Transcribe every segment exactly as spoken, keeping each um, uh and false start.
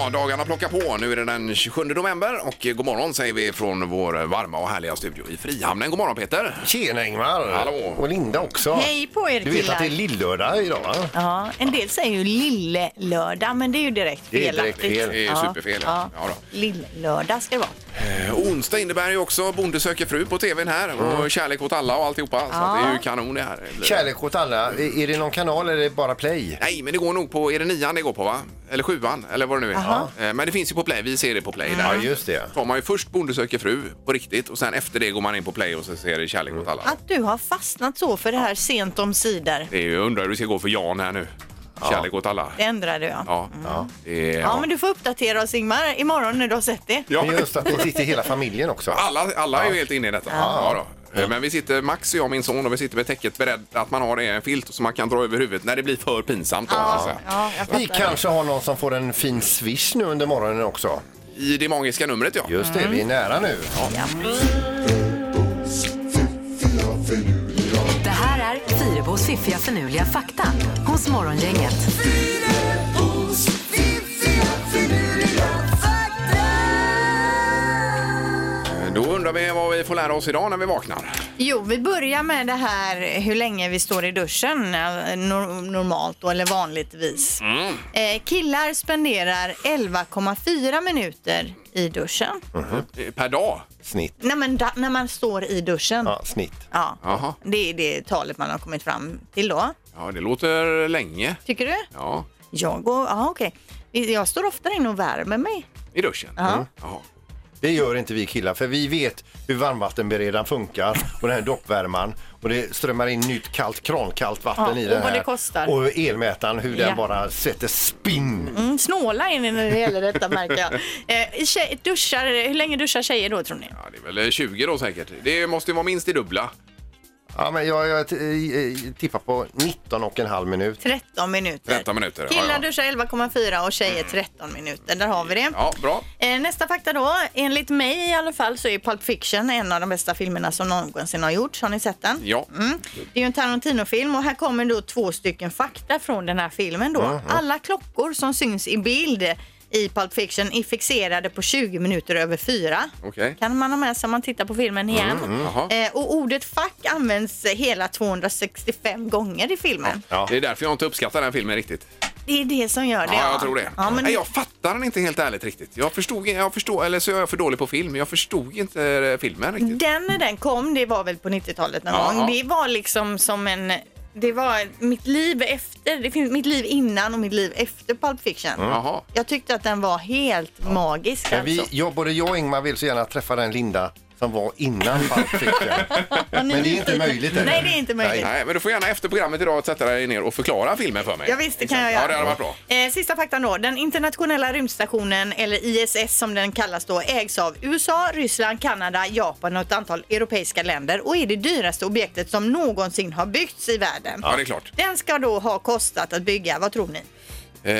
Ja, dagarna plockar på. Nu är det den tjugosjunde november och god morgon säger vi från vår varma och härliga studio i Frihamnen. God morgon Peter. Tjena Ingmar. Hallå. Och Linda också. Hej på er Du vet killar. att det är lillördag idag, va? Ja, en del säger ju lille-lördag, men det är ju direkt Det är felaktigt. direkt fel. Det är superfel. Ja. Ja då. Lill-lördag ska det vara. Eh, onsdag innebär ju också Bonde söker fru på tvn här och kärlek åt alla och alltihopa. Så att det är ju kanon det här. Kärlek åt alla. Är det någon kanal eller är det bara Play? Nej, men det går nog på, är det nian det går på va? Eller sjuan, eller vad det nu är. Ja. Men det finns ju på Play, vi ser det på Play där. Ja, just det. Tar man ju först Bonde söker fru på riktigt och sen efter det går man in på Play och så ser det kärlek åt alla. Att du har fastnat så för det här sent om sidor. Det är ju, jag undrar hur det ska gå för Jan här nu. Kärlek åt alla. Det ändrar du, ja. Ja, ja. Det är, Ja, men du får uppdatera oss Ingmar imorgon när du har sett det. Ja. Men just att det sitter hela familjen också. Alla, alla är ju helt inne i detta. Ja. Ja då. Men vi sitter, Max och jag, min son, och vi sitter med täcket beredd att man har en filt som man kan dra över huvudet när det blir för pinsamt. Då, så att säga. Ja, jag fattar Vi det. kanske har någon som får en fin swish nu under morgonen också. I det magiska numret, ja. Just det, vi är nära nu. Ja. Det här är Fyrebos fiffiga förnuliga fakta hos Morgongänget. Då undrar vi vad vi får lära oss idag när vi vaknar. Jo, vi börjar med det här hur länge vi står i duschen, nor- normalt då, eller vanligtvis. Mm. Eh, killar spenderar elva komma fyra minuter i duschen. Mm. Per dag? Snitt. Nej, men da- när man står i duschen. Ja, snitt. Ja, Jaha. det är det talet man har kommit fram till då. Ja, det låter länge. Tycker du? Ja, Jag går, ja okej. Jag står ofta in och värmer mig. i duschen. Ja. Jaha. Det gör inte vi killar, för vi vet hur varmvattenberedaren funkar och den här doppvärmaren. Och det strömmar in nytt kallt, krankallt vatten Ja, i och den här. vad det kostar. Och elmätaren, hur den Ja. bara sätter spinn. Mm, snåla in när det gäller detta, märker jag. Eh, tjej, duschar, hur länge duschar tjejer då, tror ni? Ja, det är väl tjugo då säkert. Det måste ju vara minst i dubbla. Ja, men jag, jag t- eh, tippar på nitton och en halv minut. tretton minuter. tretton minuter. Killar Ja, ja. duschar elva komma fyra och tjejer tretton minuter. Där har vi det. Ja, bra. Eh, nästa fakta då. Enligt mig i alla fall så är Pulp Fiction en av de bästa filmerna som någonsin har gjorts. Har ni sett den? Ja. Mm. Det är ju en Tarantino-film och här kommer då två stycken fakta från den här filmen då. Alla klockor som syns i bild i Pulp Fiction är fixerade på tjugo minuter över fyra. Okej. Kan man ha med sig om man tittar på filmen igen. Jaha. Eh, och ordet fack används hela tvåhundrasextiofem gånger i filmen. Ja. Det är därför jag inte uppskattar den här filmen riktigt. Det är det som gör det. Ja, jag tror det. Ja, men Nej, jag fattar den inte helt ärligt riktigt. Jag förstod, jag förstod, eller så är jag för dålig på film. Jag förstod inte filmen riktigt. den när den kom, det var väl på nittiotalet någon Ja, gång. ja. Det var liksom som en... Det var mitt liv efter, det finns mitt liv innan och mitt liv efter Pulp Fiction. Jaha. Jag tyckte att den var helt magisk. Men vi, alltså. jag, både jag och Ingmar vill så gärna träffa den Linda som var innan Pulp Fiction. Men det är inte möjligt. Eller? Nej, det är inte möjligt. Nej, men du får gärna efter programmet idag sätta dig ner och förklara filmen för mig. Ja, visst, det kan jag Ja, göra. det hade varit bra. Eh, sista faktan då. Den internationella rymdstationen, eller I S S som den kallas då, ägs av U S A, Ryssland, Kanada, Japan och ett antal europeiska länder och är det dyraste objektet som någonsin har byggts i världen. Ja, det är klart. Den ska då ha kostat att bygga, vad tror ni? Eh,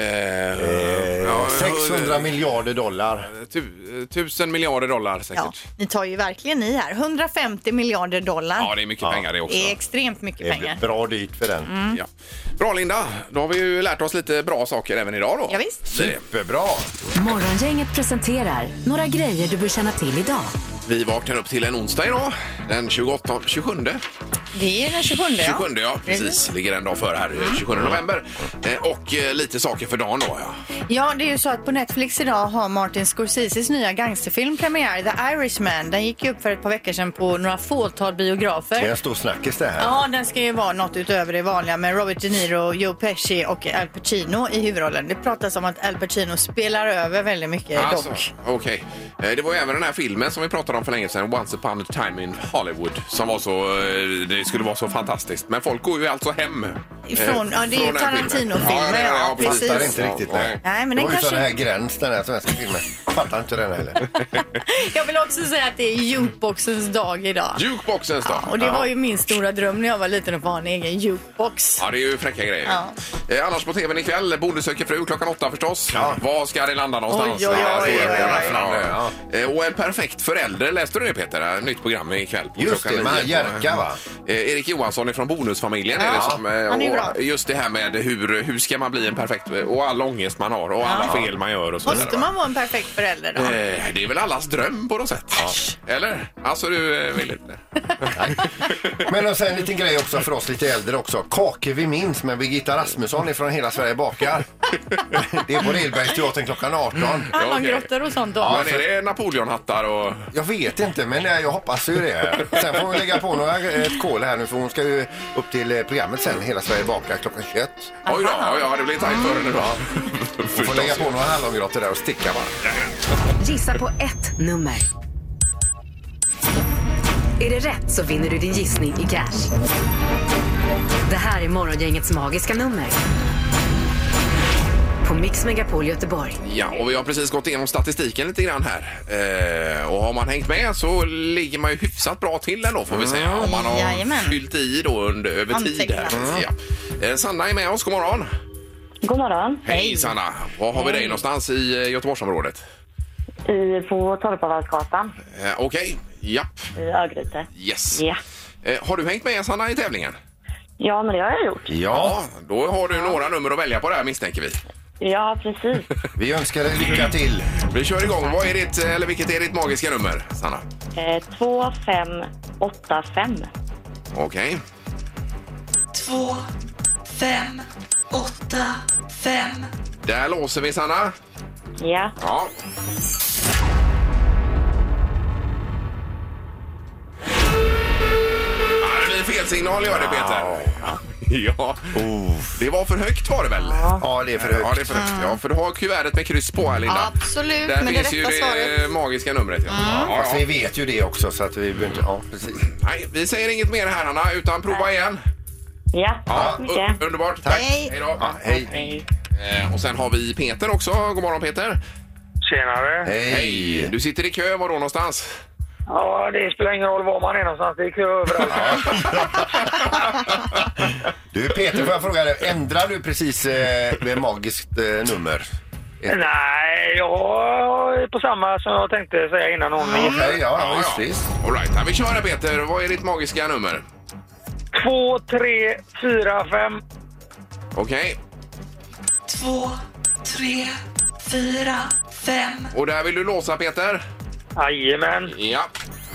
ja, sexhundra miljarder dollar. Tu, tusen miljarder dollar säkert. Ja, ni tar ju verkligen i här. hundrafemtio miljarder dollar. Ja, det är mycket pengar det också. Det är extremt mycket Det är pengar. bra dyrt för den. Ja. Bra Linda, då har vi ju lärt oss lite bra saker även idag då. Ja, visst. Det är det. Superbra. Morgongänget presenterar några grejer du bör känna till idag. Vi vaknar upp till en onsdag idag, den tjugoåttonde, tjugosjunde. Det är den tjugosjunde, ja. tjugosjunde, ja, precis. Ligger en dag före här, tjugosjunde november. Eh, och eh, lite saker för dagen då, ja. Ja, det är ju så att på Netflix idag har Martin Scorseses nya gangsterfilm premiär, The Irishman. Den gick ju upp för ett par veckor sedan på några fåtal biografer. Det är en stor snackis det här. Ja, den ska ju vara något utöver det vanliga med Robert De Niro, Joe Pesci och Al Pacino i huvudrollen. Det pratas om att Al Pacino spelar över väldigt mycket Alltså, dock. okej. Eh, Det var ju även den här filmen som vi pratade om för länge sedan, Once upon a time in Hollywood, som var så, eh, det skulle vara så fantastiskt. Men folk går ju alltså hem. eh, Ifrån, ja, det är ju från den filmen. Tarantino-filmer, ja, precis. precis. Fattar inte riktigt det. Nej, men det den var ju kanske- sån här gräns den här svenska filmen. Fattar inte den heller. Jag vill också säga att det är jukeboxens dag idag. Jukeboxens då. Ja, och det var ju min stora dröm när jag var liten att få ha en egen jukebox. Ja, det är ju fräcka grejer. Ja. Eh, annars på tvn ikväll, Bonde söker fru klockan åtta förstås. Ja. Var ska det landa någonstans? Oj, oj, oj, Ja, oj, det är oj, oj. rafflande, ja. Eh, Och en perfekt förälder, läste du det Peter? Nytt program ikväll. På Just klockan det, med nio. Jerka, va? Eh, Erik Johansson från Bonusfamiljen är det Ja. som, eh, Han är ju bra. just det här med hur, hur ska man bli en perfekt, och all ångest man har och alla fel man gör och så Måste vidare. man vara en perfekt förälder då? Eh, det är väl allas dröm på något sätt. Ja. Eller? Alltså du eh, vill inte. Men och sen en liten grej också för oss lite äldre också. Kakor vi minns med Birgitta Rasmusson ifrån Hela Sverige bakar. Det är på Redbergsteatern klockan arton. Hallongrottor och sånt då. Ja, men är det Napoleonhattar och... Jag vet inte, men jag hoppas ju det. Sen får vi lägga på några, ett kol här nu, för hon ska ju upp till programmet sen, Hela Sverige bakar klockan tjugoett. Oj då, ja, det blir tajt för henne då. Hon får lägga på några hallongrottor där och sticka bara. Gissa på ett nummer. Är det rätt så vinner du din gissning i cash. Det här är Morgongängets magiska nummer. På Mix Megapol Göteborg. Ja, och vi har precis gått igenom statistiken lite grann här. Eh, och har man hängt med så ligger man ju hyfsat bra till ändå, får vi säga. Om man har Jajamän. fyllt i då under, över tid här. Ja. Eh, Sanna är med oss, god morgon. God morgon. Hej Sanna, var har vi dig någonstans i eh, Göteborgsområdet? I, på Torpavallsgatan Eh, Okej, japp, i Örgryte. yes. Ja. Eh, har du hängt med Sanna i tävlingen? Ja, men det har jag gjort. Ja, Då har du några nummer att välja på där, misstänker vi. Ja, precis. vi önskar dig lycka till. Vi kör igång. Vad är ditt, eller vilket är ditt magiska nummer, Sanna? Eh, två fem åtta fem. Okej. Två, fem, åtta, fem. Där låser vi, Sanna. Ja. Ja. Ja, det blir fel signal, gör det, Peter. Ja. Det var för högt, var det väl? Ja, det är för högt. Ja, det är för högt. Ja, för du har kuvertet med kryss på här, Linda. Absolut, Där men det finns ju rätta det svaret. magiska numret. Ja. Ja, Fast ja. vi vet ju det också, så att vi behöver inte... Ja, precis. Nej, vi säger inget mer här, Anna, utan prova igen. Ja, Ja, tack så mycket. u- underbart. Tack. Hej. Hej då. Ja, hej. Hej. Eh, och sen har vi Peter också. God morgon, Peter. Tjenare. Hej. Hej. Du sitter i kö, var då någonstans? Ja, det spelar ingen roll var man är någonstans. Det är kö överallt. Du Peter, får jag fråga dig, ändrar du precis eh, med magiskt eh, nummer? Nej, jag är på samma som jag tänkte säga innan hon. Okej, ja, ja, visst, visst. All right. Ja, vi kör här, Peter. Vad är ditt magiska nummer? Två, tre, fyra, fem. Okej. Två, tre, fyra, fem. Och där vill du låsa, Peter? Jajamän. Ja.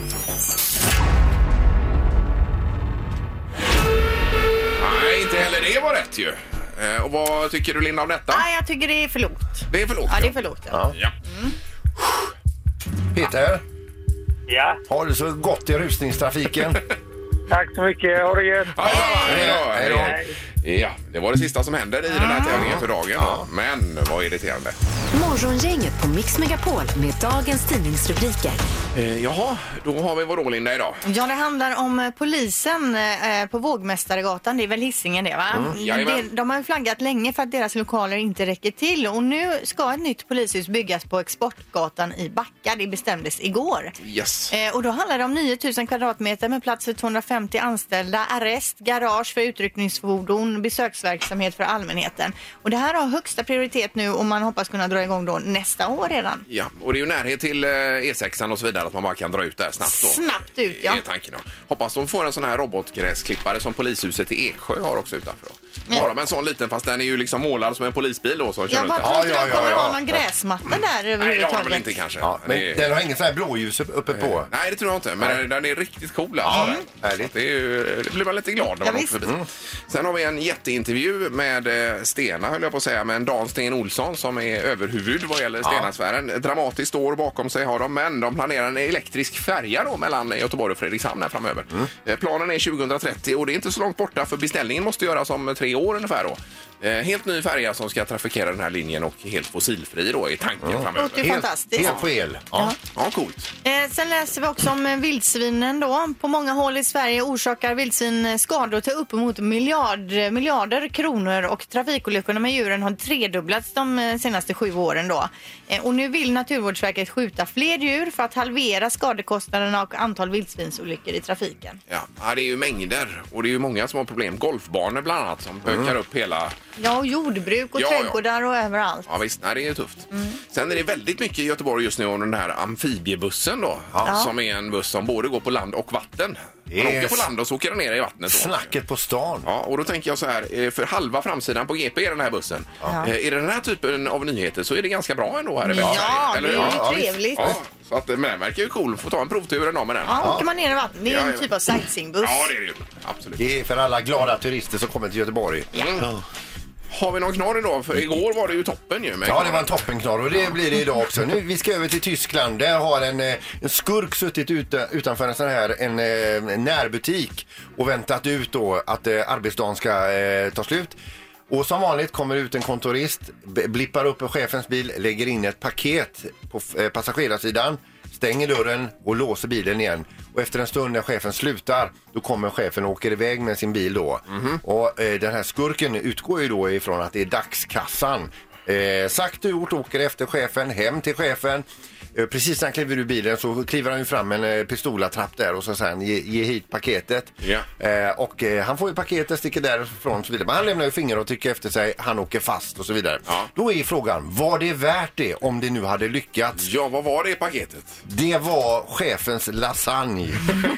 Nej, inte heller det var rätt ju. Eh, och vad tycker du, Linda, om detta? Nej, jag tycker det är för lågt. Det är för lågt. Ja, det är för lågt. Ja. Ja. Peter, Ja, har du så gott i rusningstrafiken? tack så mycket. Ha det gött. Ja, hej då, hej då. Hej. Ja, det var det sista som händer i den här tävlingen för dagen. Ja. Men vad irriterande. Morgongänget på Mix Megapol med dagens tidningsrubriker. Eh, jaha, då har vi vad då, Linda, idag? Ja, det handlar om eh, polisen eh, på Vågmästargatan. Det är väl Hisingen det, va? Jajamän. det, de har ju flaggat länge för att deras lokaler inte räcker till. Och nu ska ett nytt polishus byggas på Exportgatan i Backa. Det bestämdes igår. Yes. Eh, och då handlar det om nio tusen kvadratmeter med plats för tvåhundrafemtio anställda, arrest, garage för utryckningsfordon, besöksverksamhet för allmänheten. Och det här har högsta prioritet nu och man hoppas kunna dra igång då nästa år redan. Ja, och det är ju närhet till eh, E sexan och så vidare, att man bara kan dra ut där snabbt då. Snabbt ut, ja. Det är tanken då. Hoppas de får en sån här robotgräsklippare som polishuset i Eksjö har också utanför då. Bara med en sån liten, fast den är ju liksom målad som en polisbil då som kör Jag runt bara där. tror inte Ja, de ja, kommer ja, ha ja. någon gräsmatta där Nej, det har de överhuvudtaget. väl inte kanske. Ja, men det är... den har ingen sån här blåljus uppe på. Nej, det tror jag inte. Men den är riktigt cool. Alltså. Ja, härligt. Det, är ju, det blir man lite glad när man Ja, åker visst. förbi. Sen har vi en jätteintervju med eh, Stena, höll jag på att säga, med en Dan Sten Olsson som är överhuvud vad gäller Stena-sfären. Dramatiskt år bakom sig har de, men de planerar en elektrisk färja då mellan Göteborg och Fredrikshamn här framöver. Eh, Planen är tjugohundratrettio och det är inte så långt borta, för beställningen måste göras om tre år ungefär då. Eh, Helt ny färja som ska trafikera den här linjen och helt fossilfri då i tanken framöver. Låter ju fantastiskt. Helt på el. Ja, ja, coolt. Eh, sen läser vi också om eh, vildsvinen då. På många håll i Sverige orsakar vildsvin skador till uppemot miljard, miljarder kronor och trafikolyckorna med djuren har tredubblats de eh, senaste sju åren då. Eh, och nu vill Naturvårdsverket skjuta fler djur för att halvera skadekostnaderna och antal vildsvinsolyckor i trafiken. Ja, ja, det är ju mängder och det är ju många som har problem. Golfbanor bland annat som bökar upp hela... Ja, och jordbruk och Ja, ja. trädgårdar och överallt. Ja visst, nej, det är tufft. Sen är det väldigt mycket i Göteborg just nu om den här amfibiebussen då. Som är en buss som både går på land och vatten. Man åker på land och så åker den ner i vattnet. Då. Snacket på stan. Ja, och då tänker jag så här, för halva framsidan på G P är den här bussen. Ja. Är det den här typen av nyheter så är det ganska bra ändå här i Ja, Eller? det är ju ja, trevligt. Ja, så att men den verkar ju cool. Får ta en provtur en dag med den. Ja, åker man ner i vattnet. Det är ju Ja, en ja. typ av sightseeingbuss. Ja, det är det ju. Absolut. Det är för alla glada turister som kommer till Göteborg. Mm. Har vi någon knorr idag? För igår var det ju toppen ju. Med Ja, det var en toppenknorr och det blir det idag också. Nu, vi ska över till Tyskland. Där har en, eh, en skurk suttit ute, utanför en sån här en, eh, en närbutik och väntat ut då att eh, arbetsdagen ska eh, ta slut. Och som vanligt kommer ut en kontorist, b- blippar upp chefens bil, lägger in ett paket på eh, passagerarsidan, stänger dörren och låser bilen igen. Och efter en stund när chefen slutar, då kommer chefen och åker iväg med sin bil då. Mm-hmm. Och eh, den här skurken utgår ju då ifrån att det är dagskassan. Eh, sagt och gjort, åker efter chefen, hem till chefen. Eh, precis när han kliver ur bilen så kliver han ju fram en eh, pistolatrapp där och så säger han ge, ge hit paketet. Ja. Eh, och eh, han får ju paketet, sticker därifrån och så vidare. Men han lämnar ju fingeravtryck efter sig, han åker fast och så vidare. Ja. Då är frågan, var det värt det om det nu hade lyckats? Ja, vad var det i paketet? Det var chefens lasagne.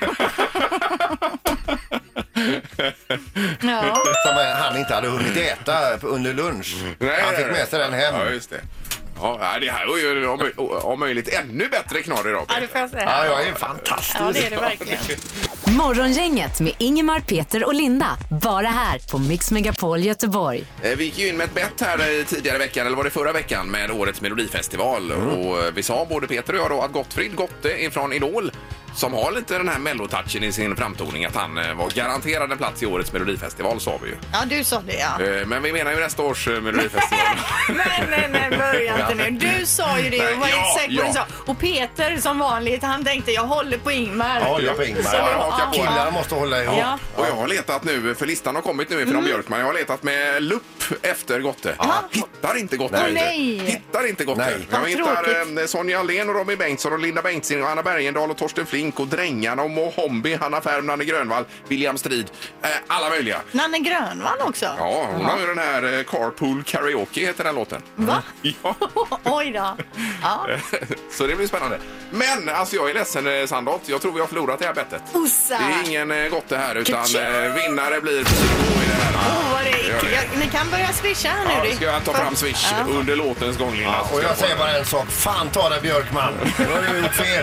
Ja. Som han inte hade hunnit äta under lunch. Nej, han fick nej, med sig nej. den hem. Ja, just det. Ja, det här var ju om, om möjligt ännu bättre knorr idag. Ja, det får jag säga. Ja, jag är fantastisk. Ja, det är det verkligen. Morgongänget med Ingemar, Peter och Linda. Bara här på Mix Megapol Göteborg. Eh, Vi gick ju in med ett bett här eh, tidigare i veckan, eller var det förra veckan, med årets Melodifestival. Mm. Och eh, vi sa, både Peter och jag då, att Gottfrid Gotte ifrån Idol, som har lite den här mellotouchen i sin framtoning, att han eh, var garanterad en plats i årets Melodifestival, sa vi ju. Ja, du sa det, ja. Eh, Men vi menar ju nästa års eh, Melodifestival. Nej, nej, nej, börja inte nu. Du sa ju det och var Nej, helt ja, säker på ja. det. Så. Och Peter som vanligt, han tänkte jag håller på Ingmar. Ja, håller på Ingmar. Så, Ja, jag hakar på. Killarna måste hålla ihop. Ja. Och jag har letat nu, för listan har kommit nu ifrån Mm. Björkman. Jag har letat med lupp efter Gotte. Hittar inte Gotte. Åh, ute. nej. Hittar inte Gotte. Nej. Jag Vad hittar tråkigt. eh, Sonja Alén och Robin Bengtsson och Linda Bengtzing och Anna Bergendahl och Torsten Flink och Drängarna och Mohombi, Hanna Färm, Nanne Grönvall, William Strid. Eh, alla möjliga. Nanne Grönvall också. Ja, hon har ju den här eh, Carpool Karaoke heter den låten. Va? Ja. Oj då. Ja. Så det blir spännande. Men alltså jag är ledsen eh, Sandholt. Jag tror vi har förlorat det här bettet. Ossa. Det är ingen eh, Gotte här utan Kutsch. eh, vinnare blir Psyko i det här. Åh, vad det Gör är. det. Jag, ni kan börja swisha här Ja, nu. då ska jag ta fram Swish Ja. under låtens gång, Linda. Ja, och jag säger bara en sak. Fan ta det Björkman. Nu har du gjort fel.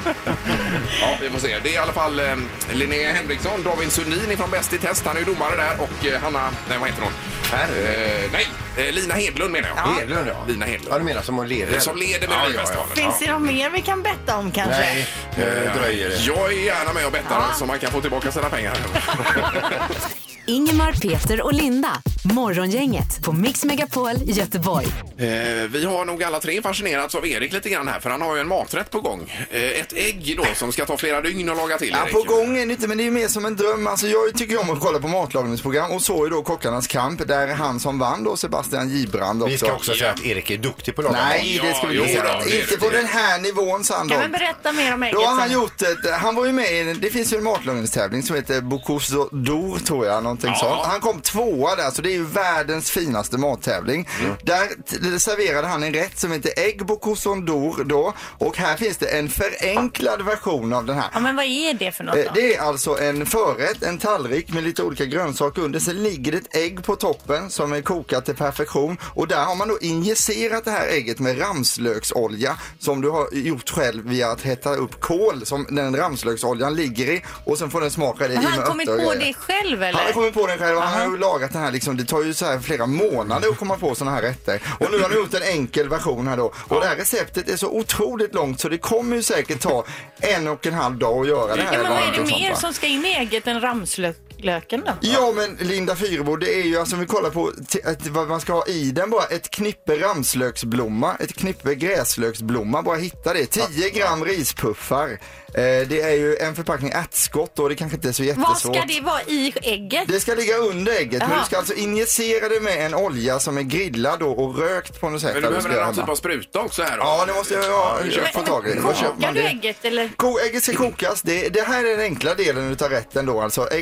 Ja, vi får se. Det är i alla fall eh, Linnea Henriksson, David Sundin från Bäst i test. Han är ju domare där. Och eh, Hanna, nej vad heter hon? Här. Eh, nej, eh, Lina Hedlund menar jag. Hedlund, ja. Lina Ja, Hedlund. du menar som hon leder? Som leder Ja, Melodifestivalen. ja, Finns det något mer vi kan betta om kanske? Nej, eh, dröjer det. Jag är gärna med och bettar så man kan få tillbaka sina pengar. Ingemar, Peter och Linda. Morgongänget på Mix Megapol Göteborg. Eh, vi har nog alla tre fascinerats av Erik lite grann här, för han har ju en maträtt på gång. Eh, ett ägg då som ska ta flera dygn att laga till. Ja, Erik. på gång är det inte, men det är ju mer som en dröm. Alltså, jag tycker om att kolla på matlagningsprogram och så är då Kockarnas kamp, där är han som vann då, Sebastian Gibrand också. Vi ska också säga att Erik är duktig på att laga Nej, Ja, det skulle vi jo inte då, säga. det är Inte det. på den här nivån, Sandholt. Kan vi berätta mer om ägget Då har han sen? gjort ett, han var ju med i, det finns ju en matlagningstävling som heter Bocuse d'Or tror jag, någonting Ja. sånt. Han kom tvåa där, så det är ju världens finaste mattävling. Mm. Där t- serverade han en rätt som heter ägg Bocuse d'Or då, och här finns det en förenklad version av den här. Ja, men vad är det för något Eh, då? Det är alltså en förrätt, en tallrik med lite olika grönsaker under. Sen ligger det ett ägg på toppen som är kokat till perfektion. Och där har man då injicerat det här ägget med ramslöksolja som du har gjort själv via att hetta upp kol som den ramslöksoljan ligger i. Och sen får den smaka det i Har med han kommit örter och på grejer. det själv eller? Han har kommit på den själv och han har ju lagat den här liksom, det tar ju så här flera månader att komma på såna här rätter. Och nu har han gjort en enkel version här då. Och det här receptet är så otroligt långt så det kommer ju säkert ta en och en halv dag att göra det här. Ja, men vad är eller det något sånt, mer va? som ska in i ägget än ramslöken då? Ja, men Linda Fyrebo, det är ju alltså, om vi kollar på t- att, vad man ska ha i den, bara ett knippe ramslöksblomma, ett knippe gräslöksblomma, bara hitta det. tio gram rispuffar. Eh, det är ju en förpackning ärtskott och det kanske inte är så Vad jättesvårt. ska det vara i ägget? Det ska ligga under ägget, men Aha. du ska alltså injicera det med en olja som är grillad då och rökt på något sätt. Men du där behöver ska en göra typ hemma. av spruta också här då? Ja, det måste jag ja, Men- köpa få tag i. Var köper man Kokar du det? ägget eller? Ko- ägget ska kokas. Det, det här är den enkla delen utav rätten då. Alltså ägget ska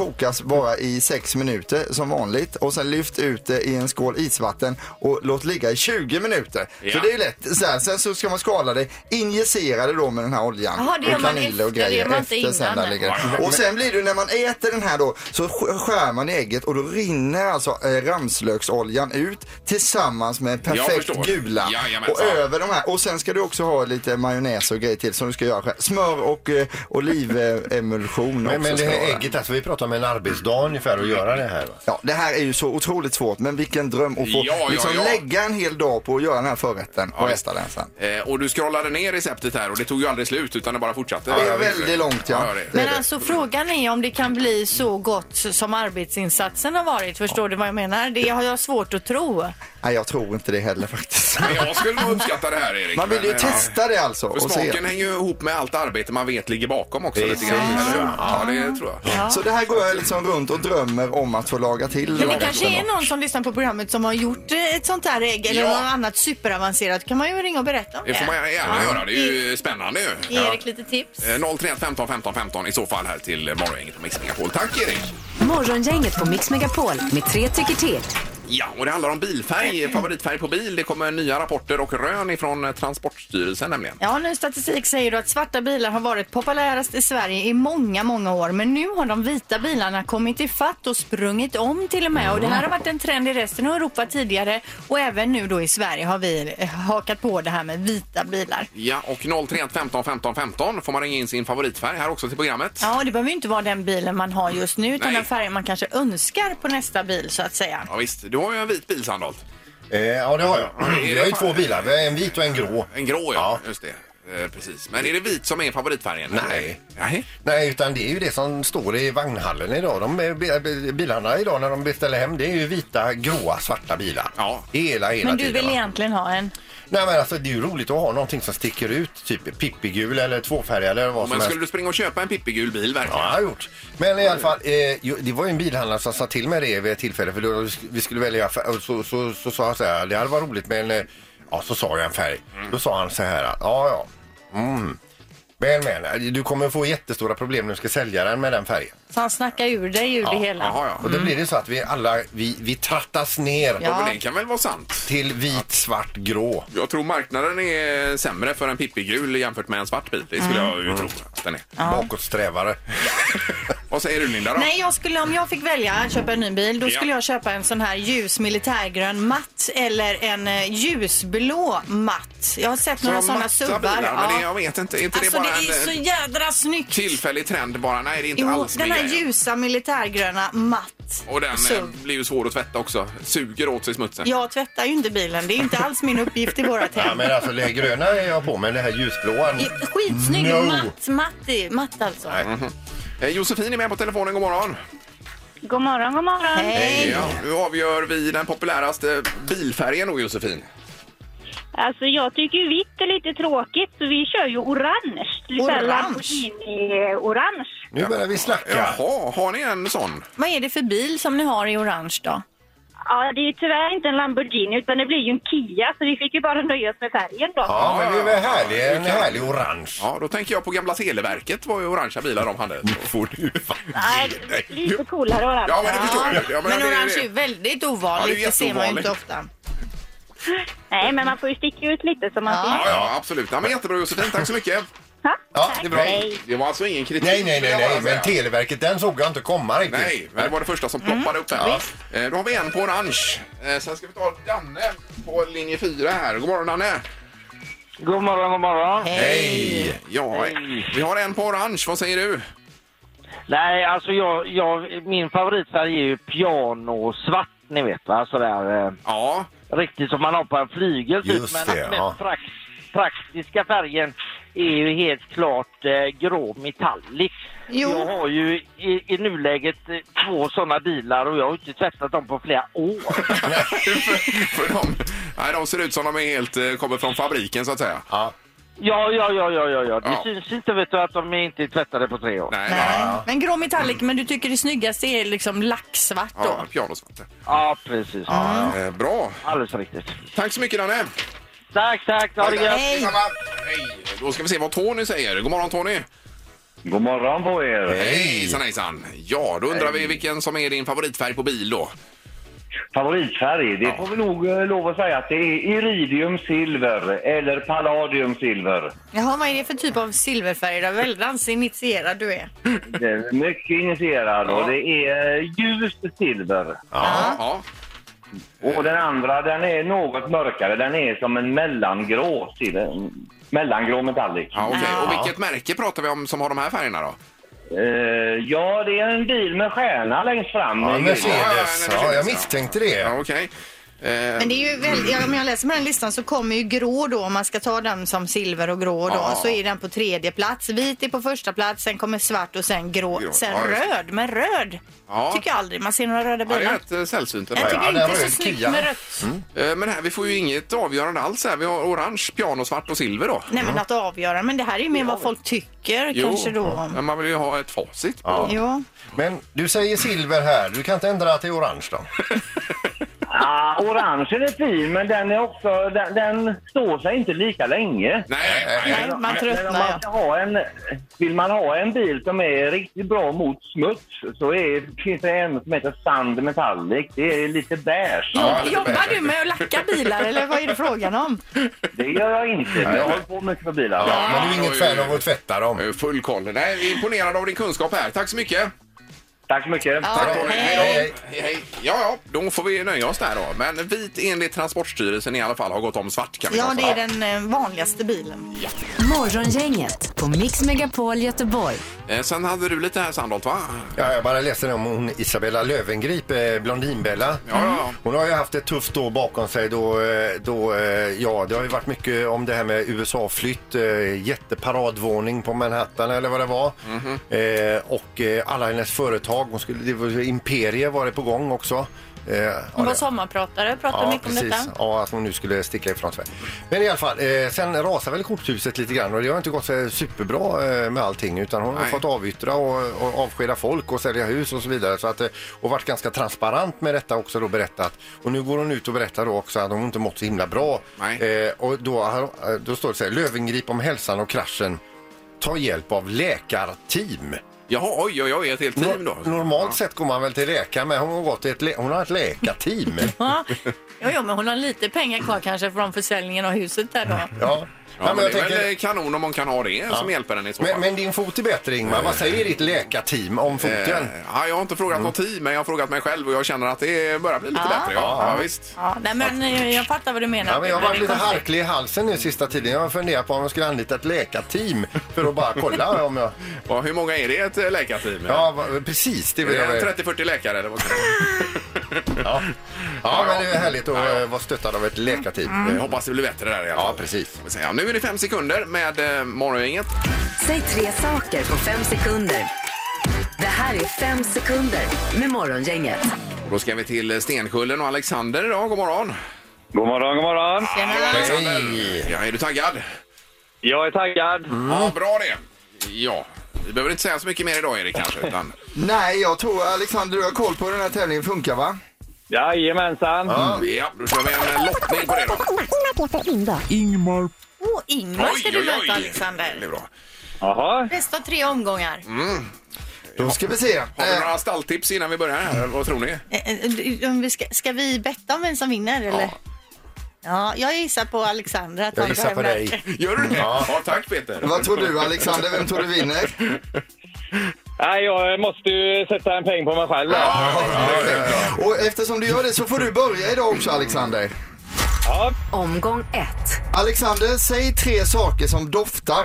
kokas bara i sex minuter som vanligt och sen lyft ut det i en skål isvatten och låt ligga i tjugo minuter. Ja. Så det är lätt. Sen, sen så ska man skala det, injicera det då med den här oljan. Jaha, det gör man efter, det gör man inte innan. Sen där ligger det. Och sen blir det när man äter den här då så skär man ägget och då rinner alltså eh, ramslöksoljan ut tillsammans med perfekt gula. Och över de här. Och sen ska du också ha lite majonnäs och grejer till som du ska göra själv. Smör och eh, olivemulsion. Men, men det här ägget, alltså vi pratar om en arbetsdag ungefär att göra det här. Va? Ja, det här är ju så otroligt svårt, men vilken dröm att få Ja, ja, liksom ja. lägga en hel dag på att göra den här förrätten och äta den sen. Eh, och du scrollade ner receptet här och det tog ju aldrig slut utan det bara fortsatte. Ja, det är väldigt långt, ja. ja det. Men alltså frågan är om det kan bli så gott som arbetsinsatsen har varit. Förstår du vad jag menar? Det har jag svårt att tro. Nej, jag tror inte det heller faktiskt. Men jag skulle nog uppskatta det här, Erik. Man vill ju men, testa det alltså. För och smaken se. hänger ju ihop med allt arbete man vet ligger bakom också. Det är Lite grann, så. eller? Ja, det tror jag. Ja. Så det här går jag liksom runt och drömmer om att få laga till. Men det kanske är någon som lyssnar på programmet som har gjort ett sånt här ägg eller Ja. något annat superavancerat. Kan man ju ringa och berätta om det. Det får man gärna Ja. göra. Det är ju spännande ju. Ge Erik lite tips. Eh, noll tre ett femton femton femton i så fall här till Morgongänget på Mix Megapol. Tack, Erik. Morgongänget på Mix Megapol med tre tycker till. Ja, och det handlar om bilfärg, favoritfärg på bil. Det kommer nya rapporter och rön ifrån Transportstyrelsen nämligen. Ja, nu statistik säger då att svarta bilar har varit populärast i Sverige i många, många år. Men nu har de vita bilarna kommit i fatt och sprungit om till och med. Och det här har varit en trend i resten av Europa tidigare. Och även nu då i Sverige har vi hakat på det här med vita bilar. Ja, och noll tre ett femton femton femton får man ringa in sin favoritfärg här också till programmet. Ja, det behöver ju inte vara den bilen man har just nu utan Nej. den färgen man kanske önskar på nästa bil så att säga. Ja visst, du har ju en vit bil, Sandholt. Eh, ja, det har jag. Jag har ju två bilar, vi har en vit och en grå. En grå, ja. Ja. Just det. Eh, precis. Men är det vit som är favoritfärgen? Nej. Nej. Nej, utan det är ju det som står i vagnhallen idag. De eh, bilarna idag när de beställer hem, det är ju vita, gråa, svarta bilar. Ja. Hela, hela Men du tiden, vill va? egentligen ha en? Nej, men alltså det är ju roligt att ha någonting som sticker ut, typ pippigul eller tvåfärg eller vad som Men helst. skulle du springa och köpa en pippigul bil verkligen? Ja, jag har gjort. Men i alla fall, eh, ju- det var ju en bilhandlare som sa till mig det vid ett tillfälle. För då, vi skulle välja färg, och så, så, så sa jag så här, det hade varit roligt med en, eh, ja så sa jag en färg. Då sa han så här, ja ja, mm. Men men, du kommer få jättestora problem när du ska sälja den med den färgen. Så han snackar ur dig ur det hela. Jaha, ja. Och då blir det så att vi alla, vi, vi trattas ner Ja. Men det kan väl vara sant? till vit, svart, grå. Jag tror marknaden är sämre för en pippigul jämfört med en svart bil. Det skulle jag ju tro att den är. Bakåtsträvare. Vad säger du, Linda då? Nej, jag skulle, om jag fick välja att köpa en ny bil, då Ja. skulle jag köpa en sån här ljus militärgrön matt eller en eh, ljusblå matt. Jag har sett några sådana matta subbar. bilar, Ja. men det, jag vet inte. Är inte Alltså det det bara är så en, en jädra snyggt. tillfällig trend bara? Nej, det är inte Jo, alls den min här grej. ljusa militärgröna matt. Och den eh, sub. blir ju svår att tvätta också. Suger åt sig smutsen. Jag tvättar ju inte bilen, det är inte alls min uppgift i vårat Ja, hem. men alltså det här gröna är jag på, men det här ljusblåa. Skitsnygg No. matt, matt, i- matt alltså. Eh, Josefin är med på telefonen, god morgon. God morgon, god morgon. Hej. Ja, nu avgör vi den populäraste bilfärgen då, Josefin. Alltså jag tycker ju vitt är lite tråkigt så vi kör ju orange. Lite Orange? Lamborghini-orange. Nu börjar vi snacka. Jaha, har ni en sån? Vad är det för bil som ni har i orange då? Ja, det är ju tyvärr inte en Lamborghini utan det blir ju en Kia så vi fick ju bara nöja oss med färgen då. Ja, men det är väl härlig, en härlig orange. Ja, då tänker jag på gamla Televerket var ju orangea bilar de hade. Får du Nej, lite coolare orange. Ja, men det förstår jag. Ja, Men det- orange det- är ju väldigt Ja, ovanligt, det är det ser man ju inte jätteovanligt. ofta. Nej, men man får ju sticka ut lite som man Ja. ser. Ja, ja, absolut. Ja, men jättebra, Josefin. Tack så mycket. Ha? Ja, det är bra. Hej. Det var alltså ingen kritik. Nej, nej, nej, vill jag nej, bara men säga. Televerket, den såg jag inte komma riktigt. Nej, men det var det första som ploppade upp här. Eh, Då har vi en på orange. Eh, Sen ska vi ta Danne på linje fyra här. God morgon, Danne. God morgon, god morgon. Hej! Ja, vi har en på orange. Vad säger du? Nej, alltså jag, jag, min favoritfärg är ju pianosvart, ni vet va? Sådär, eh, Ja, riktigt som man har på en flygel typ. Just Men det, den ja. prax, praktiska färgen är ju helt klart eh, grå metallic. Jo. Jag har ju i, i nuläget eh, två sådana bilar och jag har inte tvättat dem på flera år. för, för de, nej, de ser ut som de är helt, eh, kommer från fabriken så att säga. Ja. Ja, ja, ja, ja, ja, ja. Det Ja. syns inte vet du att de är inte tvättade på tre år. Nej, Nej. Men grå metallic, men du tycker det snyggaste är liksom lacksvart då? Ja, pianosvart. Ja, precis. Eh, bra. Alldeles riktigt. Tack så mycket, Danne. Tack, tack. Ha det gött. Hej. Detsamma. Hej. Då ska vi se vad Tony säger. God morgon, Tony. God morgon på er. Hejsan, hejsan. Ja, då undrar vi vilken som är din favoritfärg på bil då? Favoritfärg, det får vi nog eh, lov att säga att det är iridium silver eller palladium silver. Jaha, vad är det för typ av silverfärg? Det är väldigt initierad du är. Det är mycket initierad och det är eh, ljust silver. Ja. ja. Och den andra, den är något mörkare. Den är som en mellangrå silver. Mellangrå metallic. Ja, okej. Okay. Och vilket märke pratar vi om som har de här färgerna då? Uh, ja, det är en bil med stjärna längst fram. Ja, Mercedes. Ja, jag misstänkte det. Ja, okej. Okay. Men det är ju väldigt, om jag läser med den listan så kommer ju grå då, om man ska ta den som silver och grå då, ja. Så är den på tredje plats. Vit är på första plats, sen kommer svart och sen grå, grå. sen ja, röd. Men röd ja. tycker jag aldrig man ser några röda bilar. Ja, det är rätt sällsynt. Jag tycker ja, inte det är så snyggt Kia. Med rött. Mm. Men här, vi får ju inget avgörande alls här. Vi har orange, piano, svart och silver då. Nej, men något avgörande. Men det här är ju mer vad folk tycker jo. kanske då. Men man vill ju ha ett facit. Ja. Jo. Men du säger silver här. Du kan inte ändra till orange då? Ja, orange är fin, men den är också den, den står sig inte lika länge. Nej, nej, nej man tröttnar. Man ska ha en, vill man ha en bil som är riktigt bra mot smuts så är, finns det en som heter Sand Metallic. Det är lite beige. Ja, jobbar du med att lacka bilar eller vad är det frågan om? Det gör jag inte, men jag håller på mycket för bilar. Ja, men du är inget fan av att tvätta dem. Full koll. Nej, vi är imponerade av din kunskap här. Tack så mycket. Tack så mycket. Ja, Tack, hej. Hej, hej. Hej. Ja, ja, då får vi nöja oss där då. Men vit enligt Transportstyrelsen i alla fall har gått om svart kan vi Ja, det är den eh, vanligaste bilen. Ja. Morgongänget på Mix Megapol Göteborg. Eh, sen hade du lite här Sandholt, va? Ja, jag bara läste om hon Isabella Löwengrip, eh, Blondinbella. Ja, ja. Hon har ju haft ett tufft år bakom sig då, då eh, ja, det har ju varit mycket om det här med U S A-flytt, eh, jätteparadvåning på Manhattan eller vad det var. Mm-hmm. eh, och eh, alla hennes företag, hon skulle, det var, Imperie var det på gång också. Eh, hon var sommarpratare, pratade ja, mycket precis. om detta. Ja, att hon nu skulle sticka ifrån Sverige. Men i alla fall, eh, sen rasade väl korthuset lite grann och det har inte gått så superbra eh, med allting utan hon Nej. har fått avyttra och, och avskeda folk och sälja hus och så vidare så att, eh, och varit ganska transparent med detta också då berättat. Och nu går hon ut och berättar då också att hon inte mått så himla bra. Eh, och då, då står det så här, Löwengrip om hälsan och kraschen, ta hjälp av läkarteam. Jaha, oj, oj, oj, ett helt team då. Normalt ja. sett går man väl till läkare, men hon har gått till ett, lä- hon har ett läkarteam. ja, ja, men hon har lite pengar kvar kanske från försäljningen av huset där då. Ja. Ja, ja, men, men det är tänker... väl kanon om man kan ha det ja. som hjälper den i så fall. Men, men din fot är bättre, Ingmar. Vad säger ditt läkarteam om foten? Eh, ja, jag har inte frågat mm. något team, men jag har frågat mig själv och jag känner att det börjar bli lite ja. bättre. Ja, ja, visst. Ja, nej, men jag fattar vad du menar. Ja, men jag har varit lite harklig i halsen nu sista tiden. Jag har funderat på om jag skulle anlita ett läkarteam för att bara kolla om jag... Ja, hur många är det ett läkarteam? Ja, precis. Det är trettio till fyrtio läkare eller vad kan det ja. ja, men det är härligt att ja. vara stöttad av ett läkarteam. Mm. Jag hoppas det blir bättre där i alla fall. Ja, precis. Nu är det fem sekunder med eh, morgongänget. Säg tre saker på fem sekunder. Det här är fem sekunder med morgongänget. Då ska vi till Stenkullen och Alexander idag. God morgon. God morgon, god morgon. Hej. Ja, är du taggad? Jag är taggad. Mm. Ja, bra det. Ja, vi behöver inte säga så mycket mer idag, Erik, kanske. Utan... Nej, jag tror Alexander, du har koll på hur den här tävlingen funkar, va? Jajamensan. Ja, ja, då kör vi en lottning på det då. Ingmar. Åh, oh, Ingmar ska oj, du möta, oj, oj. Alexander. Det är bra. Jaha. Bästa tre omgångar. Mm. Då ska vi se. Har vi några stalltips innan vi börjar här? Vad tror ni? Ska, ska vi betta om vem som vinner, eller? Ja. Ja, jag gissar på Alexander. Att jag gissar på dig. Gör du det? Ja. Ja, tack Peter. Vad tror du, Alexander? Vem tror du vinner? Nej, jag måste ju sätta en peng på mig själv. Ja, ja, ja, ja. Och eftersom du gör det så får du börja idag också, Alexander. Ja. Omgång ett. Alexander, säg tre saker som doftar.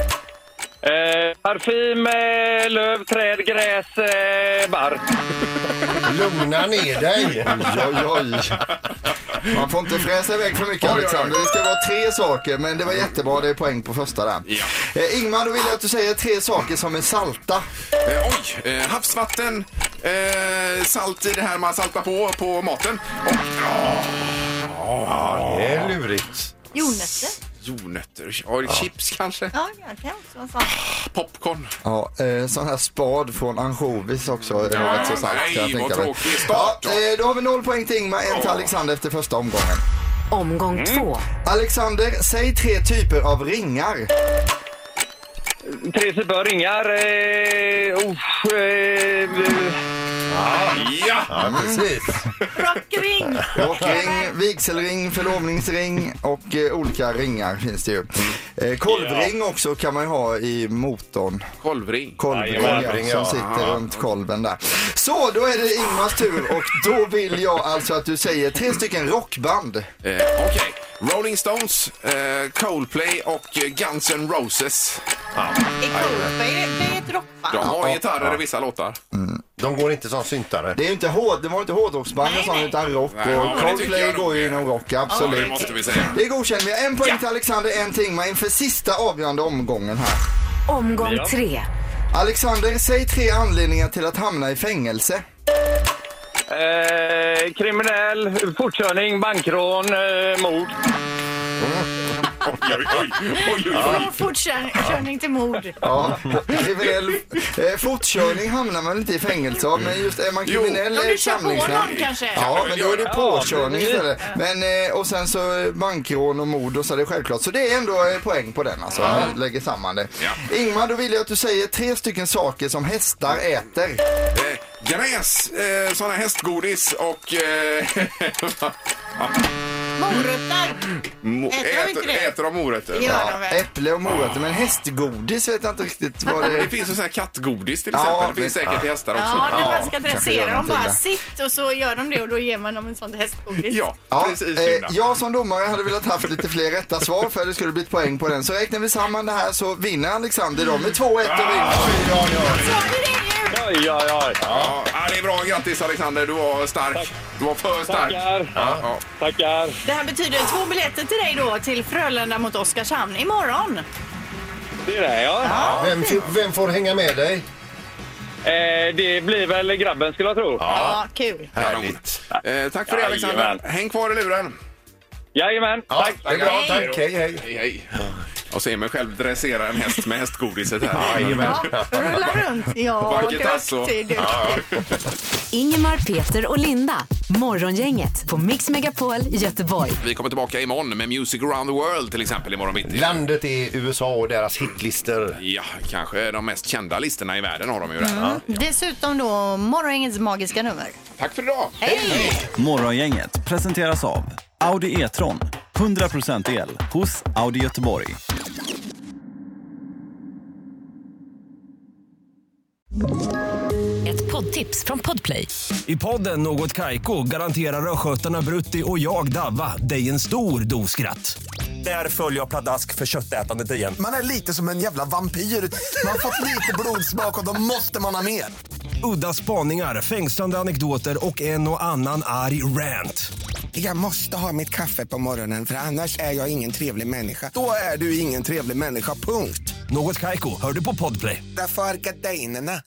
Eh, parfym, eh, löv, träd, gräs, eh, barr. Lugna ner dig. Oj, oj. Man får inte fräsa iväg för mycket, Alexander. Det ska vara tre saker, men det var jättebra. Det är poäng på första där. Ja. Eh, Ingmar, då vill jag att du säger tre saker som är salta. Eh, oj, eh, havsvatten, eh, salt i det här man saltar på på maten. Och, ja, ja, det är lurigt. Jordnötter. Jordnötter, ja, ja. Chips kanske. Ja, det kan också vara sant. Popcorn. Ja, eh, sån här spad från ansjovis också. Ja, är rätt så sant, nej, vad tråkig start. Ja, eh, då har vi noll poäng till Ingmar, en till Alexander efter första omgången. Omgång mm. två. Alexander, säg tre typer av ringar. tre typer av ringar. Eh, oh, eh, Ja, Ja, precis. Rockring! Rockring, vigselring, förlovningsring och eh, olika ringar finns det ju. Eh, kolvring också kan man ju ha i motorn. kolvring. Kolvring, Kolvring, ja, som ja. sitter runt kolven där. Så, då är det Ingmars tur och då vill jag alltså att du säger tre stycken rockband. Eh, Okej. Rolling Stones, eh, Coldplay och eh, Guns N' Roses. I Coldplay, det är ett rockband. De har gitarrer i vissa låtar. De går inte som syntare. Det är ju inte hård, det var inte hårdrocksband Nej, och sånt nej. utan rock Nej, ja, och men det tycker Coldplay jag nog. går ju inom rock, absolut. Det måste vi säga. Det är godkänt. Vi har en poäng Ja. till Alexander, en Tingmar inför sista avgörande omgången här. Omgång tre. Alexander, säg tre anledningar till att hamna i fängelse. eh, kriminell, fortkörning, bankrån, eh, mord. Oj, oj, oj. oj, oj. Från fortkörning till mord. Ja, kriminell eh, fortkörning hamnar man inte i fängelse av, men just är man Jo. kriminell Om är du kör på samlingsnamn. någon kanske. Ja, men då är det påkörning Ja, istället. Men, eh, och sen så bankrån och mord och så är det självklart. Så det är ändå eh, poäng på den alltså. Man lägger samman det. Ja. Ingmar, då vill jag att du säger tre stycken saker som hästar äter. Eh, gräs, eh, såna hästgodis och... Eh, Morötter. mo- Äter de inte äter, det? äter de morötter? Det gör de väl. Äpple och morötter, men hästgodis vet jag inte riktigt vad Men det det är. finns ju så här kattgodis till Ja, exempel. Det finns men- säkert till hästar också. Ja, när man ska kanske dressera gör dem någonting bara där. sitt och så gör de det och då ger man dem en sån hästgodis. Ja, Ja, precis. eh, Linda. jag som domare hade velat haft lite fler rätta svar för det skulle blivit poäng på den. Så räknar vi samman det här så vinner Alexander då med två ett och vinner. Så är det ju. Oj, oj, oj. Ja, ja, det är bra. Grattis Alexander. Du var stark. Du var för stark. Tackar. Ja, ja. Tackar. Det här betyder två biljetter till dig då till Frölunda mot Oskarshamn imorgon. Det är det, ja. Vem, vem får hänga med dig? Eh, det blir väl grabben skulle jag tro. Ja, kul. Härligt. Eh, tack för det Alexander. Jajamän. Häng kvar i luren. Jajamän. Ja, Tack. det är bra. Hej. Tack. Hej, hej. Hej, hej. Jag ser mig själv dressera en häst med hästgodiset här. Jajamän. Ja, rulla runt. Ja, Vackert alltså. duktig, duktig. Ingemar, Peter och Linda. Morgongänget på Mix Megapol Göteborg. Vi kommer tillbaka imorgon med Music around the world till exempel imorgon bitti. Landet är U S A och deras hitlistor. Ja, kanske de mest kända listorna i världen har de ju där. Mm. Dessutom då morgongängets magiska nummer. Tack för idag. Hej! Morgongänget presenteras av Audi E-tron. hundra procent el hos Audi Göteborg. Ett poddtips från Podplay. I podden Något Kaiko garanterar östgötarna Brutti och jag Davva dig en stor dos skratt. Där följer jag pladask för köttätandet igen. Man är lite som en jävla vampyr. Man har fått lite blodsmak och då måste man ha mer. Udda spaningar, fängslande anekdoter och en och annan arg rant. Jag måste ha mitt kaffe på morgonen för annars är jag ingen trevlig människa. Då är du ingen trevlig människa, punkt. Något Kaiko, hör du på Podplay. Därför är gardinerna.